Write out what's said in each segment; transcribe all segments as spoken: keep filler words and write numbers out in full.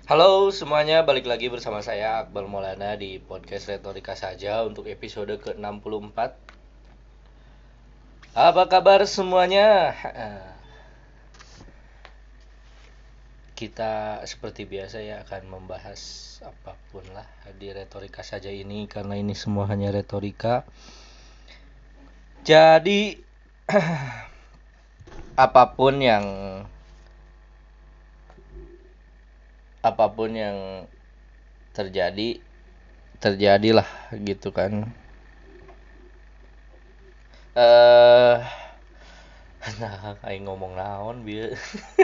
Halo semuanya, balik lagi bersama saya Akbar Maulana di podcast Retorika Saja untuk episode ke enam puluh empat. Apa kabar semuanya? Kita seperti biasa ya akan membahas apapun lah di Retorika Saja ini karena ini semua hanya retorika. Jadi apapun yang apapun yang terjadi terjadilah gitu kan. Eh nah, kayak ngomong naon bieu.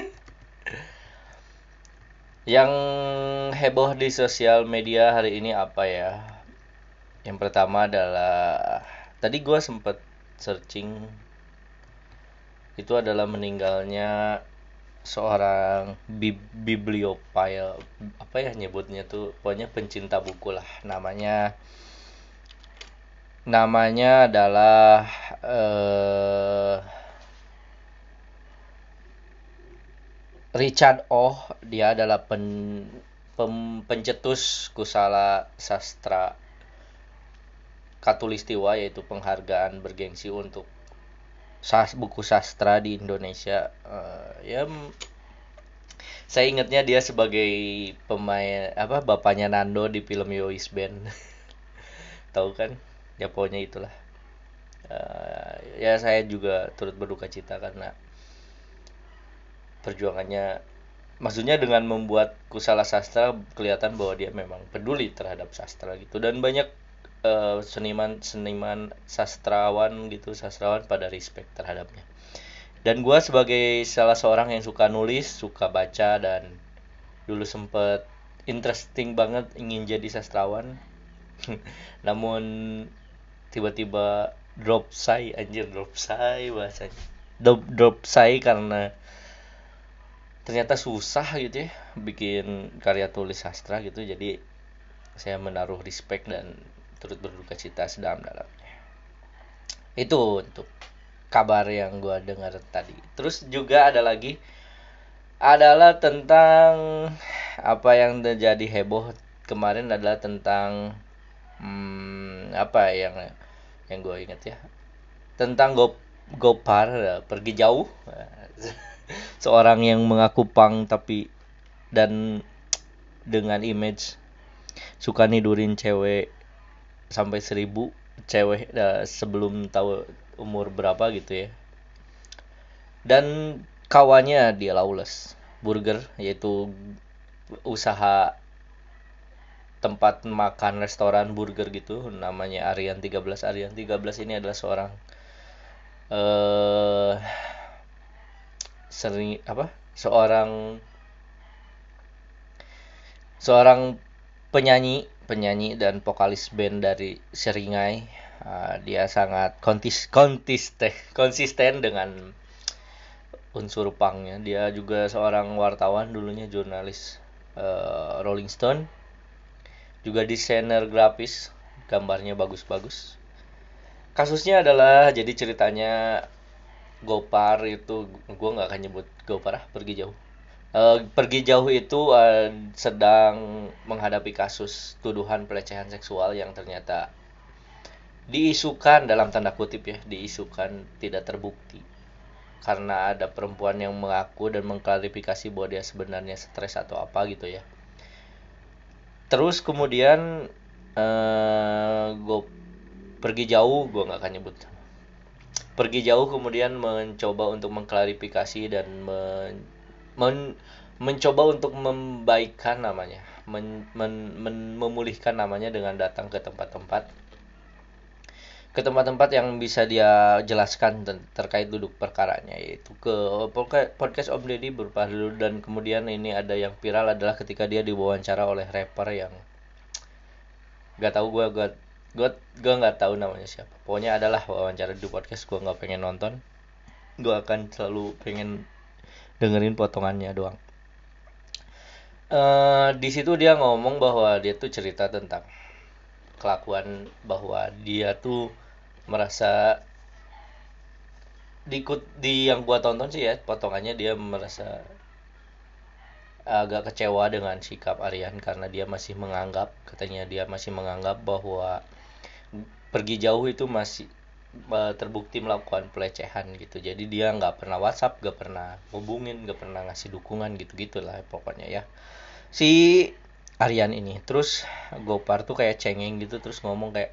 Yang heboh di sosial media hari ini apa ya? Yang pertama adalah tadi gue sempet searching, itu adalah meninggalnya seorang bi- bibliopile, apa ya nyebutnya tuh, pokoknya pencinta buku lah. Namanya namanya adalah eh Richard Oh. Dia adalah pen, pem- pencetus kusala sastra Katulistiwa, yaitu penghargaan bergengsi untuk sas buku sastra di Indonesia. Uh, ya, saya ingatnya dia sebagai pemain apa bapaknya Nando di film Yois Band. Tahu kan? Ya pokoknya itulah. Uh, ya saya juga turut berduka cita karena perjuangannya. Maksudnya dengan membuat kusala sastra kelihatan bahwa dia memang peduli terhadap sastra gitu, dan banyak uh, seniman seniman sastrawan gitu sastrawan pada respect terhadapnya. Dan gue sebagai salah seorang yang suka nulis, suka baca, dan dulu sempet interesting banget ingin jadi sastrawan. Namun tiba-tiba drop say, anjir, drop say bahasanya. Drop, drop say karena ternyata susah gitu ya bikin karya tulis sastra gitu. Jadi saya menaruh respect dan turut berduka cita sedalam-dalamnya. Itu untuk kabar yang gue dengar tadi. Terus juga ada lagi adalah tentang apa yang terjadi heboh kemarin adalah tentang hmm, apa yang yang gue ingat ya, tentang Gop Gopar uh, pergi jauh. Seorang yang mengaku pang tapi dan dengan image suka nidurin cewek sampai seribu cewek uh, sebelum tahu umur berapa gitu ya. Dan kawannya dia Lawless Burger, yaitu usaha tempat makan restoran burger gitu, namanya Aryan tiga belas. Aryan tiga belas ini adalah seorang eh sering apa? Seorang seorang penyanyi, penyanyi dan vokalis band dari Seringai. Uh, dia sangat kontis kontiste, konsisten dengan unsur punknya. Dia juga seorang wartawan dulunya, jurnalis uh, Rolling Stone, juga desainer grafis, gambarnya bagus-bagus. Kasusnya adalah, jadi ceritanya Gopar itu, gue nggak akan nyebut Gopar ah, pergi jauh. Uh, pergi jauh itu uh, sedang menghadapi kasus tuduhan pelecehan seksual yang ternyata diisukan, dalam tanda kutip ya, diisukan tidak terbukti. Karena ada perempuan yang mengaku dan mengklarifikasi bahwa dia sebenarnya stres atau apa gitu ya. Terus kemudian uh, gue pergi jauh, gue nggak akan nyebut. Pergi jauh kemudian mencoba untuk mengklarifikasi dan men, men, mencoba untuk membaikkan namanya, men, men, men, memulihkan namanya dengan datang ke tempat-tempat ke tempat-tempat yang bisa dia jelaskan terkait duduk perkaranya, yaitu ke podcast Om Deddy berupa dulu. Dan kemudian ini ada yang viral adalah ketika dia diwawancara oleh rapper yang gak tahu, gue gue gue gue nggak tahu namanya siapa. Pokoknya adalah wawancara di podcast, gue nggak pengen nonton, gue akan selalu pengen dengerin potongannya doang. Uh, di situ dia ngomong bahwa dia tuh cerita tentang kelakuan, bahwa dia tuh merasa di di yang gua tonton sih ya potongannya, dia merasa agak kecewa dengan sikap Aryan karena dia masih menganggap, katanya dia masih menganggap bahwa pergi jauh itu masih eh, terbukti melakukan pelecehan gitu. Jadi dia nggak pernah WhatsApp, nggak pernah hubungin, nggak pernah ngasih dukungan gitu gitulah pokoknya ya si Aryan ini. Terus Gopar tuh kayak cengeng gitu, terus ngomong kayak,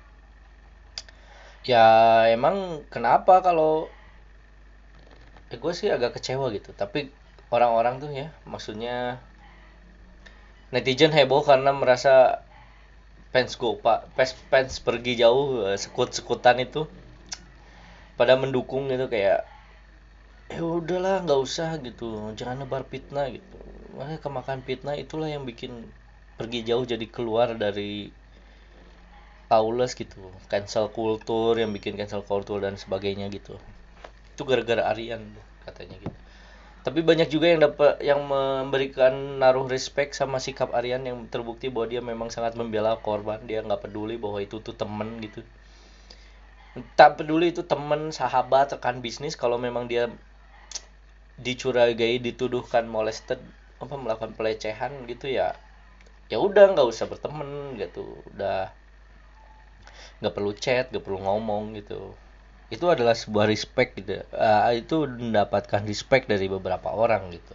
ya emang kenapa kalau, eh, gue sih agak kecewa gitu. Tapi orang-orang tuh ya, maksudnya netizen heboh karena merasa fans Gopar, fans, fans pergi jauh, eh, sekut-sekutan itu pada mendukung gitu, kayak ya udahlah nggak usah gitu, jangan nebar fitnah gitu. Makanya kemakan fitnah itulah yang bikin pergi jauh jadi keluar dari Aules gitu, cancel kultur, yang bikin cancel kultur dan sebagainya gitu. Itu gara-gara Aryan katanya gitu. Tapi banyak juga yang dapat, yang memberikan naruh respect sama sikap Aryan, yang terbukti bahwa dia memang sangat membela korban. Dia nggak peduli bahwa itu tuh temen gitu, tak peduli itu temen, sahabat, rekan bisnis. Kalau memang dia dicurigai, dituduhkan molested, apa melakukan pelecehan gitu, ya ya udah nggak usah berteman gitu, udah nggak perlu chat, nggak perlu ngomong gitu. Itu adalah sebuah respect gitu. Uh, itu mendapatkan respect dari beberapa orang gitu.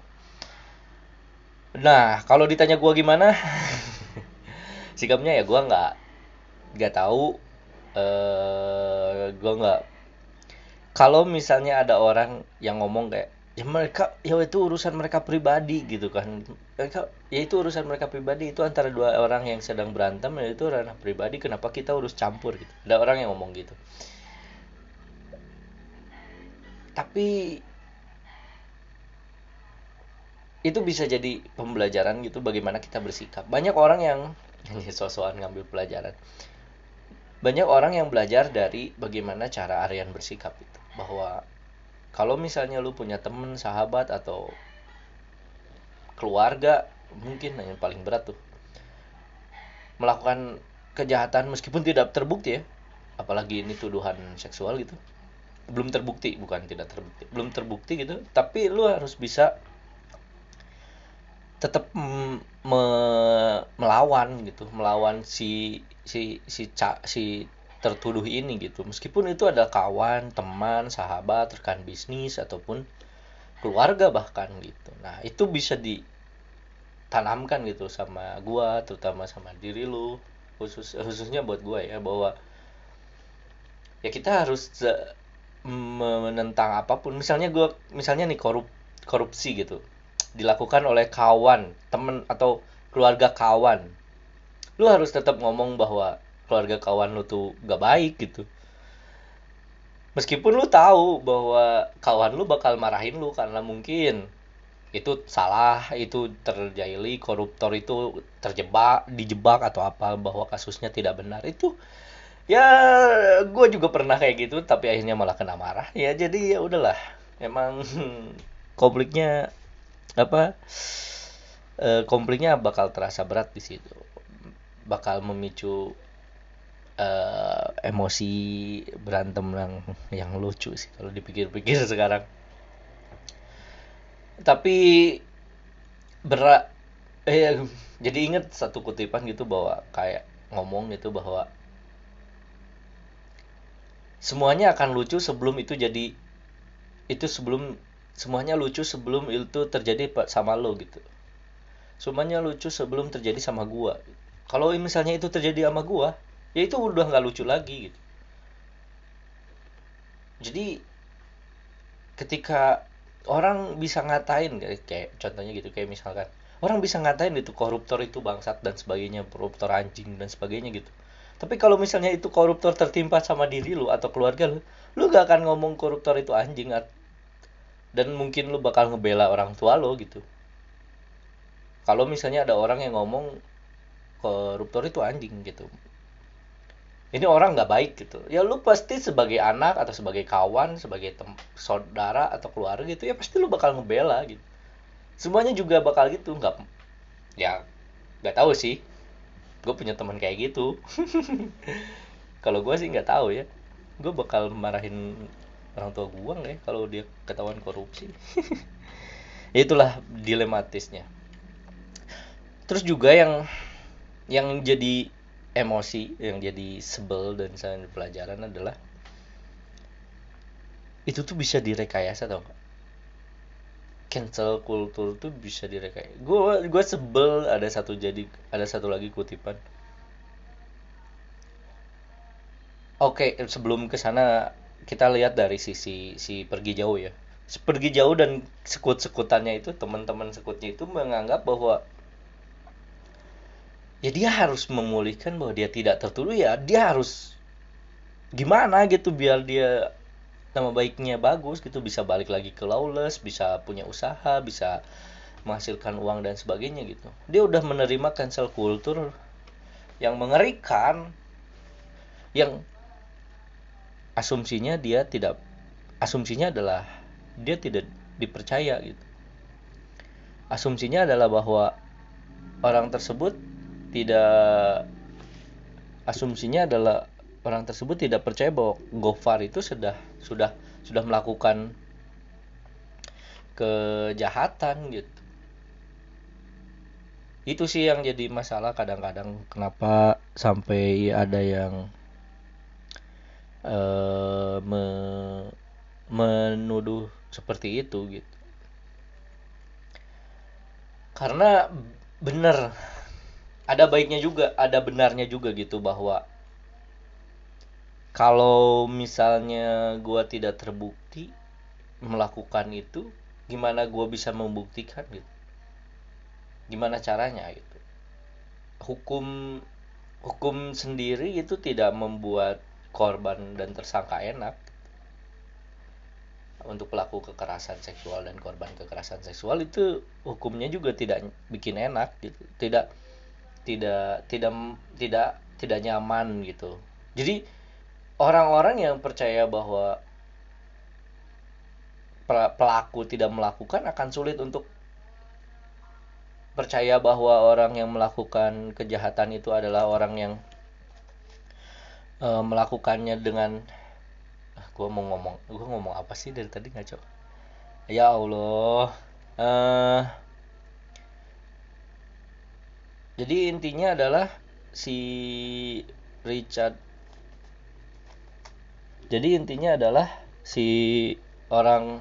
Nah, kalau ditanya gua gimana, sikapnya ya gua nggak nggak tahu. Eh, gua nggak. Kalau misalnya ada orang yang ngomong kayak, ya mereka, ya itu urusan mereka pribadi gitu kan. Mereka, ya itu urusan mereka pribadi, itu antara dua orang yang sedang berantem, ya itu ranah pribadi, kenapa kita urus campur gitu. Ada orang yang ngomong gitu. Tapi itu bisa jadi pembelajaran gitu, bagaimana kita bersikap. Banyak orang yang sosokan ngambil pelajaran. Banyak orang yang belajar dari bagaimana cara Aryan bersikap itu. Bahwa kalau misalnya lu punya temen, sahabat, atau keluarga, mungkin yang paling berat tuh, melakukan kejahatan meskipun tidak terbukti ya, apalagi ini tuduhan seksual gitu, belum terbukti, bukan tidak terbukti, belum terbukti gitu, tapi lu harus bisa tetap me- melawan gitu, melawan si si si ca, si tertuduh ini gitu, meskipun itu adalah kawan, teman, sahabat, rekan bisnis, ataupun keluarga bahkan gitu. Nah itu bisa ditanamkan gitu sama gua, terutama sama diri lu, khusus khususnya buat gua ya, bahwa ya kita harus uh, menentang apapun. Misalnya gua, misalnya nih korup korupsi gitu dilakukan oleh kawan, temen, atau keluarga kawan, lu harus tetap ngomong bahwa keluarga kawan lu tuh gak baik gitu, meskipun lu tahu bahwa kawan lu bakal marahin lu karena mungkin itu salah, itu terjadi, koruptor itu terjebak, dijebak atau apa, bahwa kasusnya tidak benar. Itu ya gue juga pernah kayak gitu, tapi akhirnya malah kena marah ya. Jadi ya udahlah, emang konfliknya apa, eh, konfliknya bakal terasa berat di situ, bakal memicu eh, emosi berantem yang yang lucu sih kalau dipikir-pikir sekarang. Tapi berat, eh jadi inget satu kutipan gitu, bahwa kayak ngomong gitu bahwa semuanya akan lucu sebelum itu jadi, itu sebelum, semuanya lucu sebelum itu terjadi sama lo gitu. Semuanya lucu sebelum terjadi sama gua. Kalau misalnya itu terjadi sama gua, ya itu udah nggak lucu lagi gitu. Jadi ketika orang bisa ngatain, kayak, kayak contohnya gitu, kayak misalkan orang bisa ngatain itu koruptor itu bangsat dan sebagainya, koruptor anjing dan sebagainya gitu. Tapi kalau misalnya itu koruptor tertimpa sama diri lu atau keluarga lu, lu gak akan ngomong koruptor itu anjing, dan mungkin lu bakal ngebela orang tua lo gitu. Kalau misalnya ada orang yang ngomong koruptor itu anjing gitu, ini orang nggak baik gitu, ya lu pasti sebagai anak atau sebagai kawan, sebagai tem- saudara atau keluarga gitu, ya pasti lu bakal ngebela gitu. Semuanya juga bakal gitu, nggak, ya nggak tahu sih, gue punya teman kayak gitu. Kalau gue sih nggak tahu ya, gue bakal marahin orang tua gue nggak ya kalau dia ketahuan korupsi. Itulah dilematisnya. Terus juga yang yang jadi emosi, yang jadi sebel dan misalnya pelajaran adalah itu tuh bisa direkayasa tau gak? Cancel culture tuh bisa direkayasa. Gue gue sebel ada satu jadi ada satu lagi kutipan. Oke, sebelum ke sana kita lihat dari sisi si pergi jauh ya. Pergi jauh dan sekut-sekutannya itu teman-teman sekutnya itu menganggap bahwa ya dia harus memulihkan bahwa dia tidak tertuduh, ya dia harus gimana gitu biar dia nama baiknya bagus gitu, bisa balik lagi ke lawless, bisa punya usaha, bisa menghasilkan uang dan sebagainya gitu. Dia udah menerima cancel culture yang mengerikan, yang asumsinya dia tidak asumsinya adalah dia tidak dipercaya gitu. Asumsinya adalah bahwa orang tersebut tidak asumsinya adalah orang tersebut tidak percaya bahwa Gofar itu sudah sudah sudah melakukan kejahatan gitu. Itu sih yang jadi masalah kadang-kadang, kenapa sampai ada yang uh, me, menuduh seperti itu gitu. Karena bener, ada baiknya juga, ada benarnya juga gitu, bahwa kalau misalnya gua tidak terbukti melakukan itu, gimana gua bisa membuktikan gitu? Gimana caranya gitu? Hukum hukum sendiri itu tidak membuat korban dan tersangka enak. Untuk pelaku kekerasan seksual dan korban kekerasan seksual itu hukumnya juga tidak bikin enak gitu. Tidak tidak tidak tidak tidak nyaman gitu. Jadi orang-orang yang percaya bahwa pelaku tidak melakukan akan sulit untuk percaya bahwa orang yang melakukan kejahatan itu adalah orang yang e, melakukannya dengan ah, gue mau ngomong gue ngomong apa sih dari tadi ngaco. Ya Allah. Uh, jadi intinya adalah si Richard. Jadi intinya adalah si orang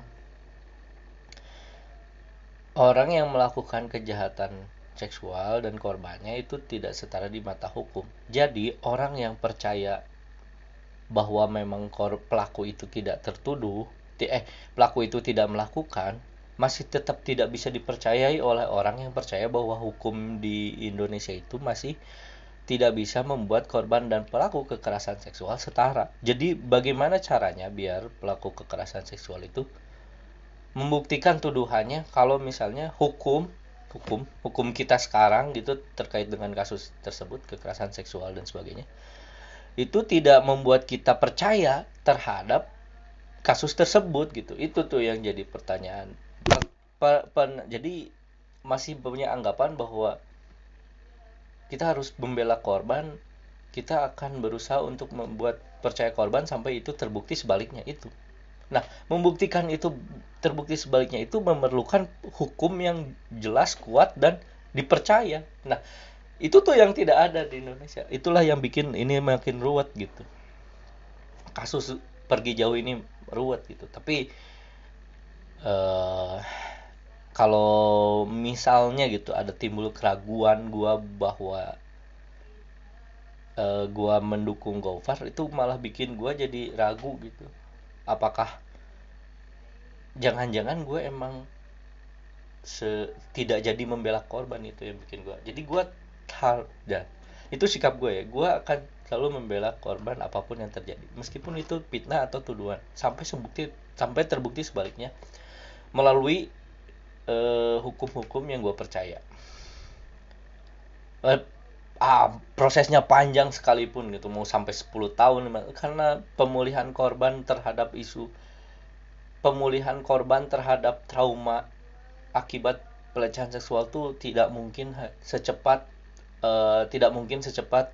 orang yang melakukan kejahatan seksual dan korbannya itu tidak setara di mata hukum. Jadi orang yang percaya bahwa memang pelaku itu tidak tertuduh, eh pelaku itu tidak melakukan, masih tetap tidak bisa dipercayai oleh orang yang percaya bahwa hukum di Indonesia itu masih tidak bisa membuat korban dan pelaku kekerasan seksual setara. Jadi bagaimana caranya biar pelaku kekerasan seksual itu membuktikan tuduhannya kalau misalnya hukum hukum hukum kita sekarang gitu terkait dengan kasus tersebut, kekerasan seksual dan sebagainya, itu tidak membuat kita percaya terhadap kasus tersebut gitu. Itu tuh yang jadi pertanyaan. Per, per, per, jadi masih punya anggapan bahwa kita harus membela korban, kita akan berusaha untuk membuat percaya korban sampai itu terbukti sebaliknya itu. Nah, membuktikan itu terbukti sebaliknya itu memerlukan hukum yang jelas, kuat, dan dipercaya. Nah, itu tuh yang tidak ada di Indonesia. Itulah yang bikin ini makin ruwet gitu. Kasus pergi jauh ini ruwet gitu. Tapi uh, kalau misalnya gitu ada timbul keraguan gua bahwa uh, gua mendukung Gofar, itu malah bikin gua jadi ragu gitu. Apakah jangan-jangan gue emang se tidak jadi membela korban, itu yang bikin gue. Jadi gue hal ya, itu sikap gue ya. Gue akan selalu membela korban apapun yang terjadi, meskipun itu fitnah atau tuduhan, sampai sebukti sampai terbukti sebaliknya melalui uh, hukum-hukum yang gue percaya. Uh, ah, prosesnya panjang sekalipun gitu, mau sampai sepuluh tahun, karena pemulihan korban terhadap isu pemulihan korban terhadap trauma akibat pelecehan seksual tuh tidak mungkin secepat uh, tidak mungkin secepat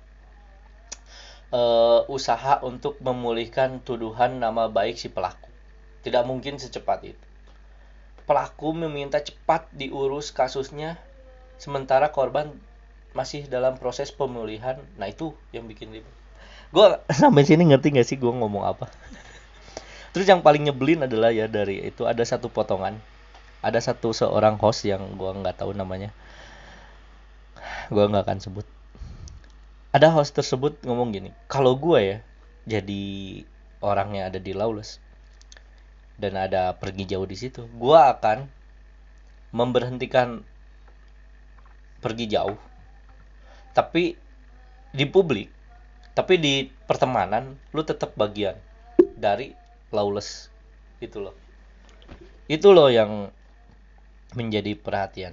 uh, usaha untuk memulihkan tuduhan nama baik si pelaku. Tidak mungkin secepat itu. pelaku meminta cepat diurus kasusnya sementara korban masih dalam proses pemulihan. Nah itu yang bikin ribet. Gue sampai sini ngerti gak sih gue ngomong apa? Terus yang paling nyebelin adalah ya dari itu ada satu potongan, ada satu seorang host yang gue nggak tahu namanya, gue nggak akan sebut. Ada host tersebut ngomong gini, kalau gue ya jadi orang yang ada di Lawless dan ada pergi jauh di situ, gue akan memberhentikan pergi jauh, tapi di publik, tapi di pertemanan lu tetap bagian dari Lawless itu loh. Itu loh yang menjadi perhatian.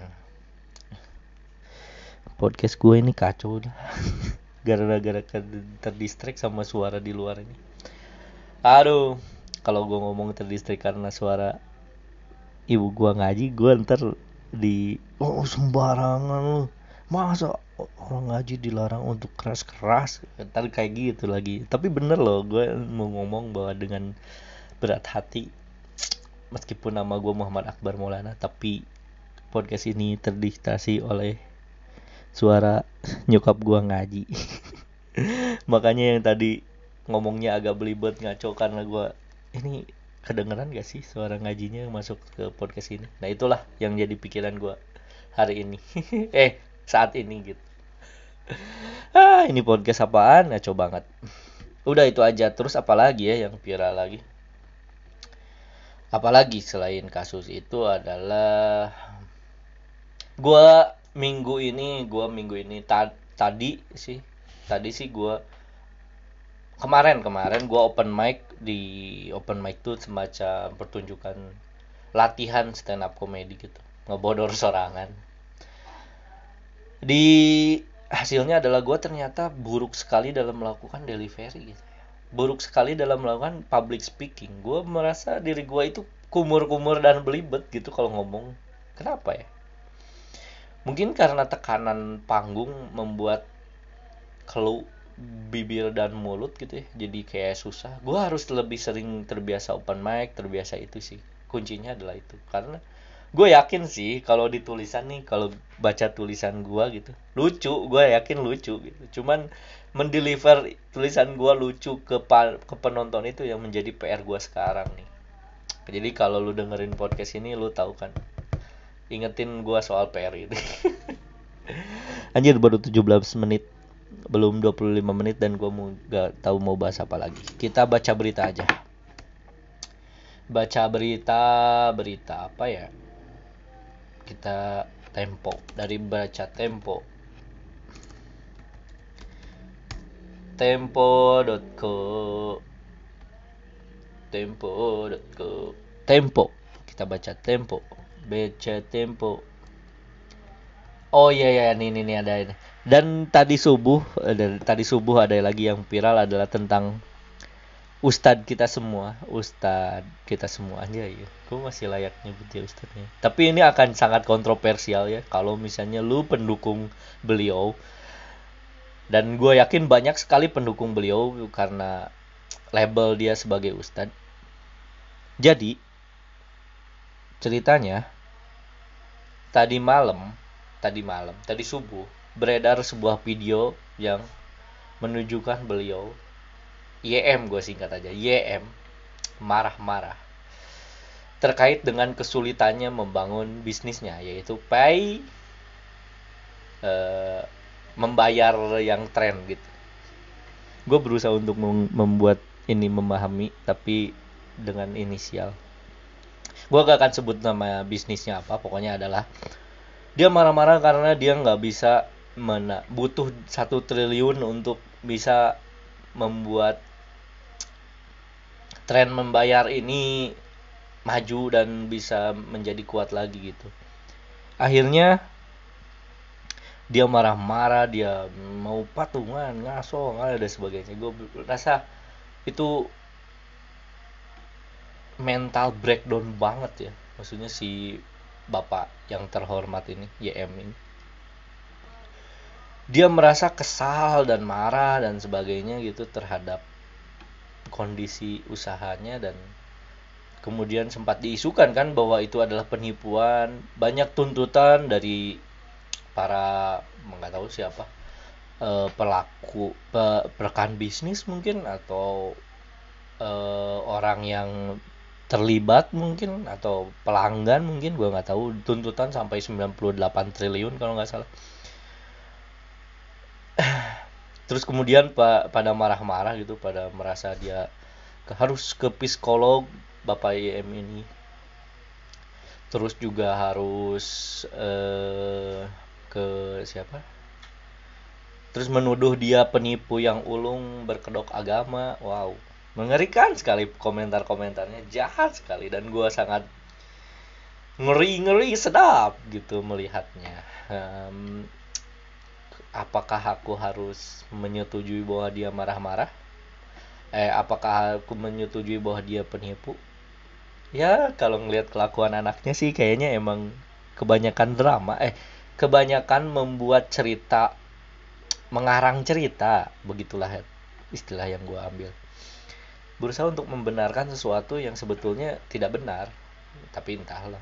Podcast gue ini kacau dah. Gara-gara terdistract sama suara di luar ini. Aduh, kalau gue ngomong terdistract karena suara ibu gue ngaji, gue ntar di oh sembarangan lu. Masa orang ngaji dilarang untuk keras-keras? Ntar kayak gitu lagi. Tapi bener loh, gue mau ngomong bahwa dengan berat hati, meskipun nama gue Muhammad Akbar Maulana, tapi podcast ini terdiktasi oleh suara nyokap gue ngaji. Makanya yang tadi ngomongnya agak belibet ngaco karena gue ini kedengeran gak sih suara ngajinya masuk ke podcast ini. Nah itulah yang jadi pikiran gue hari ini. eh saat ini gitu. Ah ini podcast apaan, ngaco banget. Udah itu aja. Terus apalagi ya yang viral lagi? Apalagi selain kasus itu adalah gue minggu ini gue minggu ini ta- tadi sih tadi sih gue kemarin kemarin gue open mic. Di open mic tuh semacam pertunjukan latihan stand up comedy gitu, ngebodor sorangan. Di hasilnya adalah gue ternyata buruk sekali dalam melakukan delivery gitu ya. Buruk sekali dalam melakukan public speaking. Gue merasa diri gue itu kumur-kumur dan belibet gitu kalau ngomong. Kenapa ya? Mungkin karena tekanan panggung membuat kelu bibir dan mulut gitu ya, jadi kayak susah. Gue harus lebih sering terbiasa open mic, terbiasa itu sih. Kuncinya adalah itu. Karena gue yakin sih kalau di tulisan nih, kalau baca tulisan gue gitu, lucu, gue yakin lucu gitu. Cuman mendeliver tulisan gue lucu ke pa- ke penonton itu yang menjadi P R gue sekarang nih. Jadi kalau lu dengerin podcast ini, lu tahu kan, ingetin gue soal P R itu. Anjir baru tujuh belas menit, belum dua puluh lima menit dan gue mau gak tahu mau bahas apa lagi. Kita baca berita aja. Baca berita, berita apa ya? Kita Tempo, dari baca Tempo. tempo dot co tempo dot co Tempo. Kita baca Tempo. Baca Tempo. Oh iya ya, nih nih nih ada ini. Dan tadi subuh, ada, tadi subuh ada lagi yang viral adalah tentang Ustadz kita semua, Ustadz kita semua aja ya. Gue masih layak nyebut dia Ustadznya. Tapi ini akan sangat kontroversial ya kalau misalnya lu pendukung beliau. Dan gue yakin banyak sekali pendukung beliau karena label dia sebagai Ustadz. Jadi ceritanya tadi malam, tadi malam, tadi subuh beredar sebuah video yang menunjukkan beliau Y M, gue singkat aja, Y M marah-marah terkait dengan kesulitannya membangun bisnisnya, yaitu pay uh, membayar yang tren gitu. Gue berusaha untuk membuat ini memahami, tapi dengan inisial. Gue gak akan sebut nama bisnisnya apa, pokoknya adalah dia marah-marah karena dia nggak bisa mena- butuh satu triliun untuk bisa membuat tren membayar ini maju dan bisa menjadi kuat lagi gitu. Akhirnya dia marah-marah, dia mau patungan, ngaso, dan sebagainya. Gue rasa itu mental breakdown banget ya. Maksudnya si bapak yang terhormat ini, Y M ini, dia merasa kesal dan marah dan sebagainya gitu terhadap kondisi usahanya dan kemudian sempat diisukan kan bahwa itu adalah penipuan, banyak tuntutan dari para nggak tahu siapa, eh, pelaku pe- rekan bisnis mungkin, atau eh, orang yang terlibat mungkin, atau pelanggan mungkin, gua nggak tahu, tuntutan sampai sembilan puluh delapan triliun kalau nggak salah. Terus kemudian pa- pada marah-marah gitu, pada merasa dia ke- harus ke psikolog Bapak I M ini, terus juga harus eh, ke siapa, terus menuduh dia penipu yang ulung berkedok agama. Wow, mengerikan sekali komentar-komentarnya, jahat sekali, dan gua sangat ngeri-ngeri sedap gitu melihatnya. Em, apakah aku harus menyetujui bahwa dia marah-marah? Eh, apakah aku menyetujui bahwa dia penipu? Ya, kalau ngelihat kelakuan anaknya sih kayaknya emang kebanyakan drama. Eh, kebanyakan membuat cerita, mengarang cerita, begitulah istilah yang gue ambil. Berusaha untuk membenarkan sesuatu yang sebetulnya tidak benar, tapi entahlah.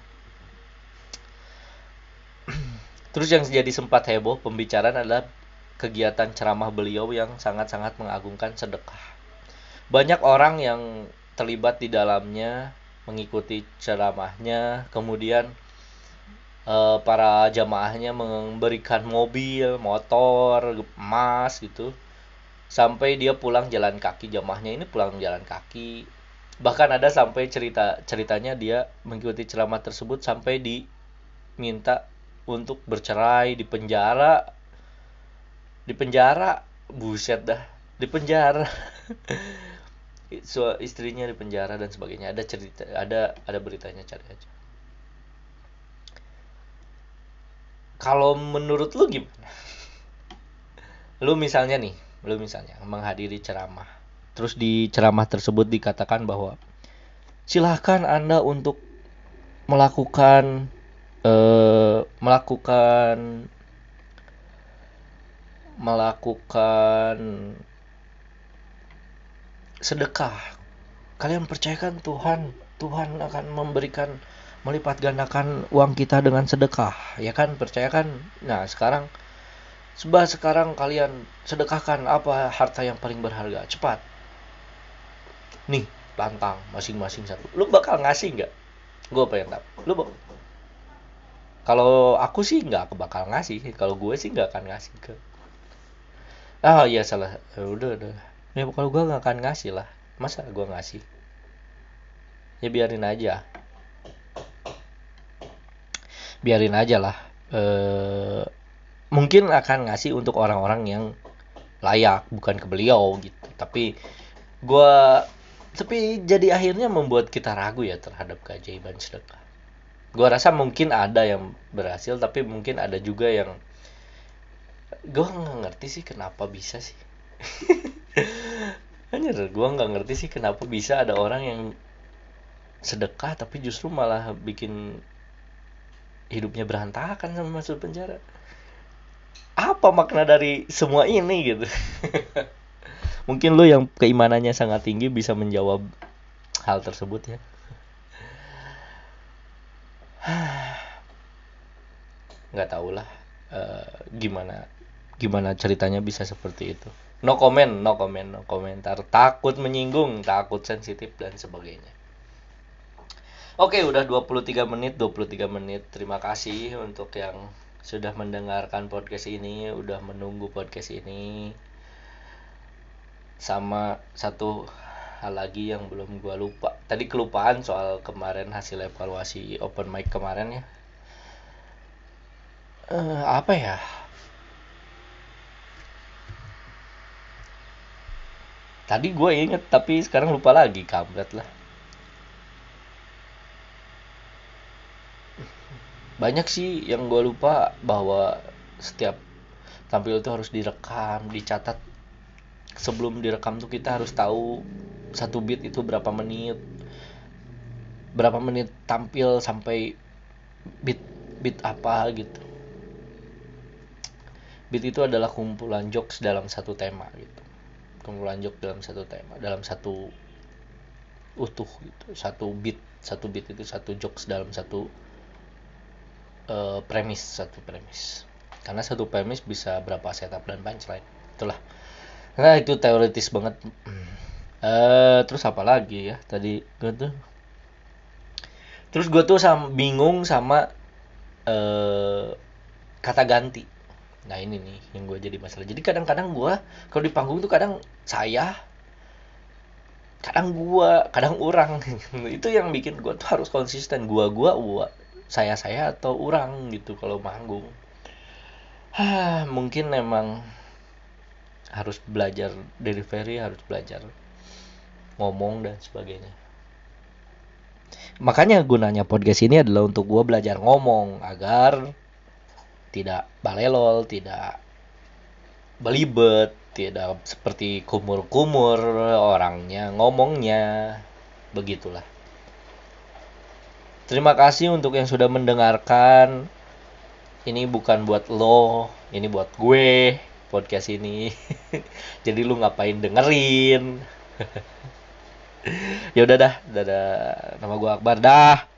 Terus yang jadi sempat heboh pembicaraan adalah kegiatan ceramah beliau yang sangat-sangat mengagungkan sedekah. Banyak orang yang terlibat di dalamnya, mengikuti ceramahnya, kemudian eh, para jamaahnya memberikan mobil, motor, emas gitu, sampai dia pulang jalan kaki. Jamaahnya ini pulang jalan kaki. Bahkan ada sampai cerita ceritanya dia mengikuti ceramah tersebut sampai diminta untuk bercerai, di penjara, di penjara, buset dah, di penjara. So, istrinya di penjara dan sebagainya. Ada cerita, ada ada beritanya, cari aja. Kalau menurut lu gimana? Lu misalnya nih, lu misalnya menghadiri ceramah. Terus di ceramah tersebut dikatakan bahwa silahkan Anda untuk melakukan eh, melakukan melakukan sedekah. Kalian percayakan Tuhan, Tuhan akan memberikan, melipat gandakan uang kita dengan sedekah, ya kan? Percayakan. Nah, sekarang sebab sekarang kalian sedekahkan apa harta yang paling berharga, cepat. Nih, lantang masing-masing satu. Lu bakal ngasih nggak? Gue pengen tahu. Lu bak- kalau aku sih nggak bakal ngasih. Kalau gue sih nggak akan ngasih ke. Ah iya salah. Ya udah udah. Ya kalau gue nggak akan ngasih lah. Masa gue ngasih? Ya biarin aja. Biarin aja lah. Eh mungkin akan ngasih untuk orang-orang yang layak, bukan ke beliau gitu. Tapi gue tapi jadi akhirnya membuat kita ragu ya terhadap keajaiban sedekah. Gue rasa mungkin ada yang berhasil, tapi mungkin ada juga yang gue nggak ngerti sih kenapa bisa sih. Hanya gue nggak ngerti sih kenapa bisa ada orang yang sedekah tapi justru malah bikin hidupnya berantakan sama masuk penjara. Apa makna dari semua ini gitu? Mungkin lo yang keimanannya sangat tinggi bisa menjawab hal tersebut ya. Nggak tahu lah eh, gimana gimana ceritanya bisa seperti itu. No comment, no comment, no komentar. Takut menyinggung, takut sensitif dan sebagainya. Oke, udah dua puluh tiga menit, dua puluh tiga menit. Terima kasih untuk yang sudah mendengarkan podcast ini, udah menunggu podcast ini. Sama satu hal lagi yang belum gua lupa. Tadi kelupaan soal kemarin hasil evaluasi open mic kemarin ya. Eh, apa ya? Tadi gue inget tapi sekarang lupa lagi, kampret lah. Banyak sih yang gue lupa, bahwa setiap tampil itu harus direkam, dicatat. Sebelum direkam tuh kita harus tahu satu beat itu berapa menit, berapa menit tampil sampai beat beat apa gitu. Beat itu adalah kumpulan jokes dalam satu tema gitu. Kumpulan jokes dalam satu tema, dalam satu utuh gitu, satu beat. Satu beat itu satu jokes dalam satu uh, premis, satu premis. Karena satu premis bisa berapa setup dan punchline. Itulah. Nah, itu teoritis banget. Uh, terus apa lagi ya tadi gue tuh terus gue tuh sama, bingung sama uh, kata ganti. Nah ini nih yang gue jadi masalah. Jadi kadang-kadang gue kalau di panggung tuh kadang saya, kadang gue, kadang orang. Itu yang bikin gue tuh harus konsisten. Gue gue gue saya saya atau orang gitu kalau manggung. Hah, mungkin memang harus belajar delivery, harus belajar ngomong dan sebagainya. Makanya gunanya podcast ini adalah untuk gue belajar ngomong agar tidak balelol, tidak belibet, tidak seperti kumur-kumur orangnya ngomongnya. Begitulah. Terima kasih untuk yang sudah mendengarkan. Ini bukan buat lo, ini buat gue podcast ini. Jadi lu ngapain dengerin? Ya udah dah, dadah. Nama gue Akbar dah.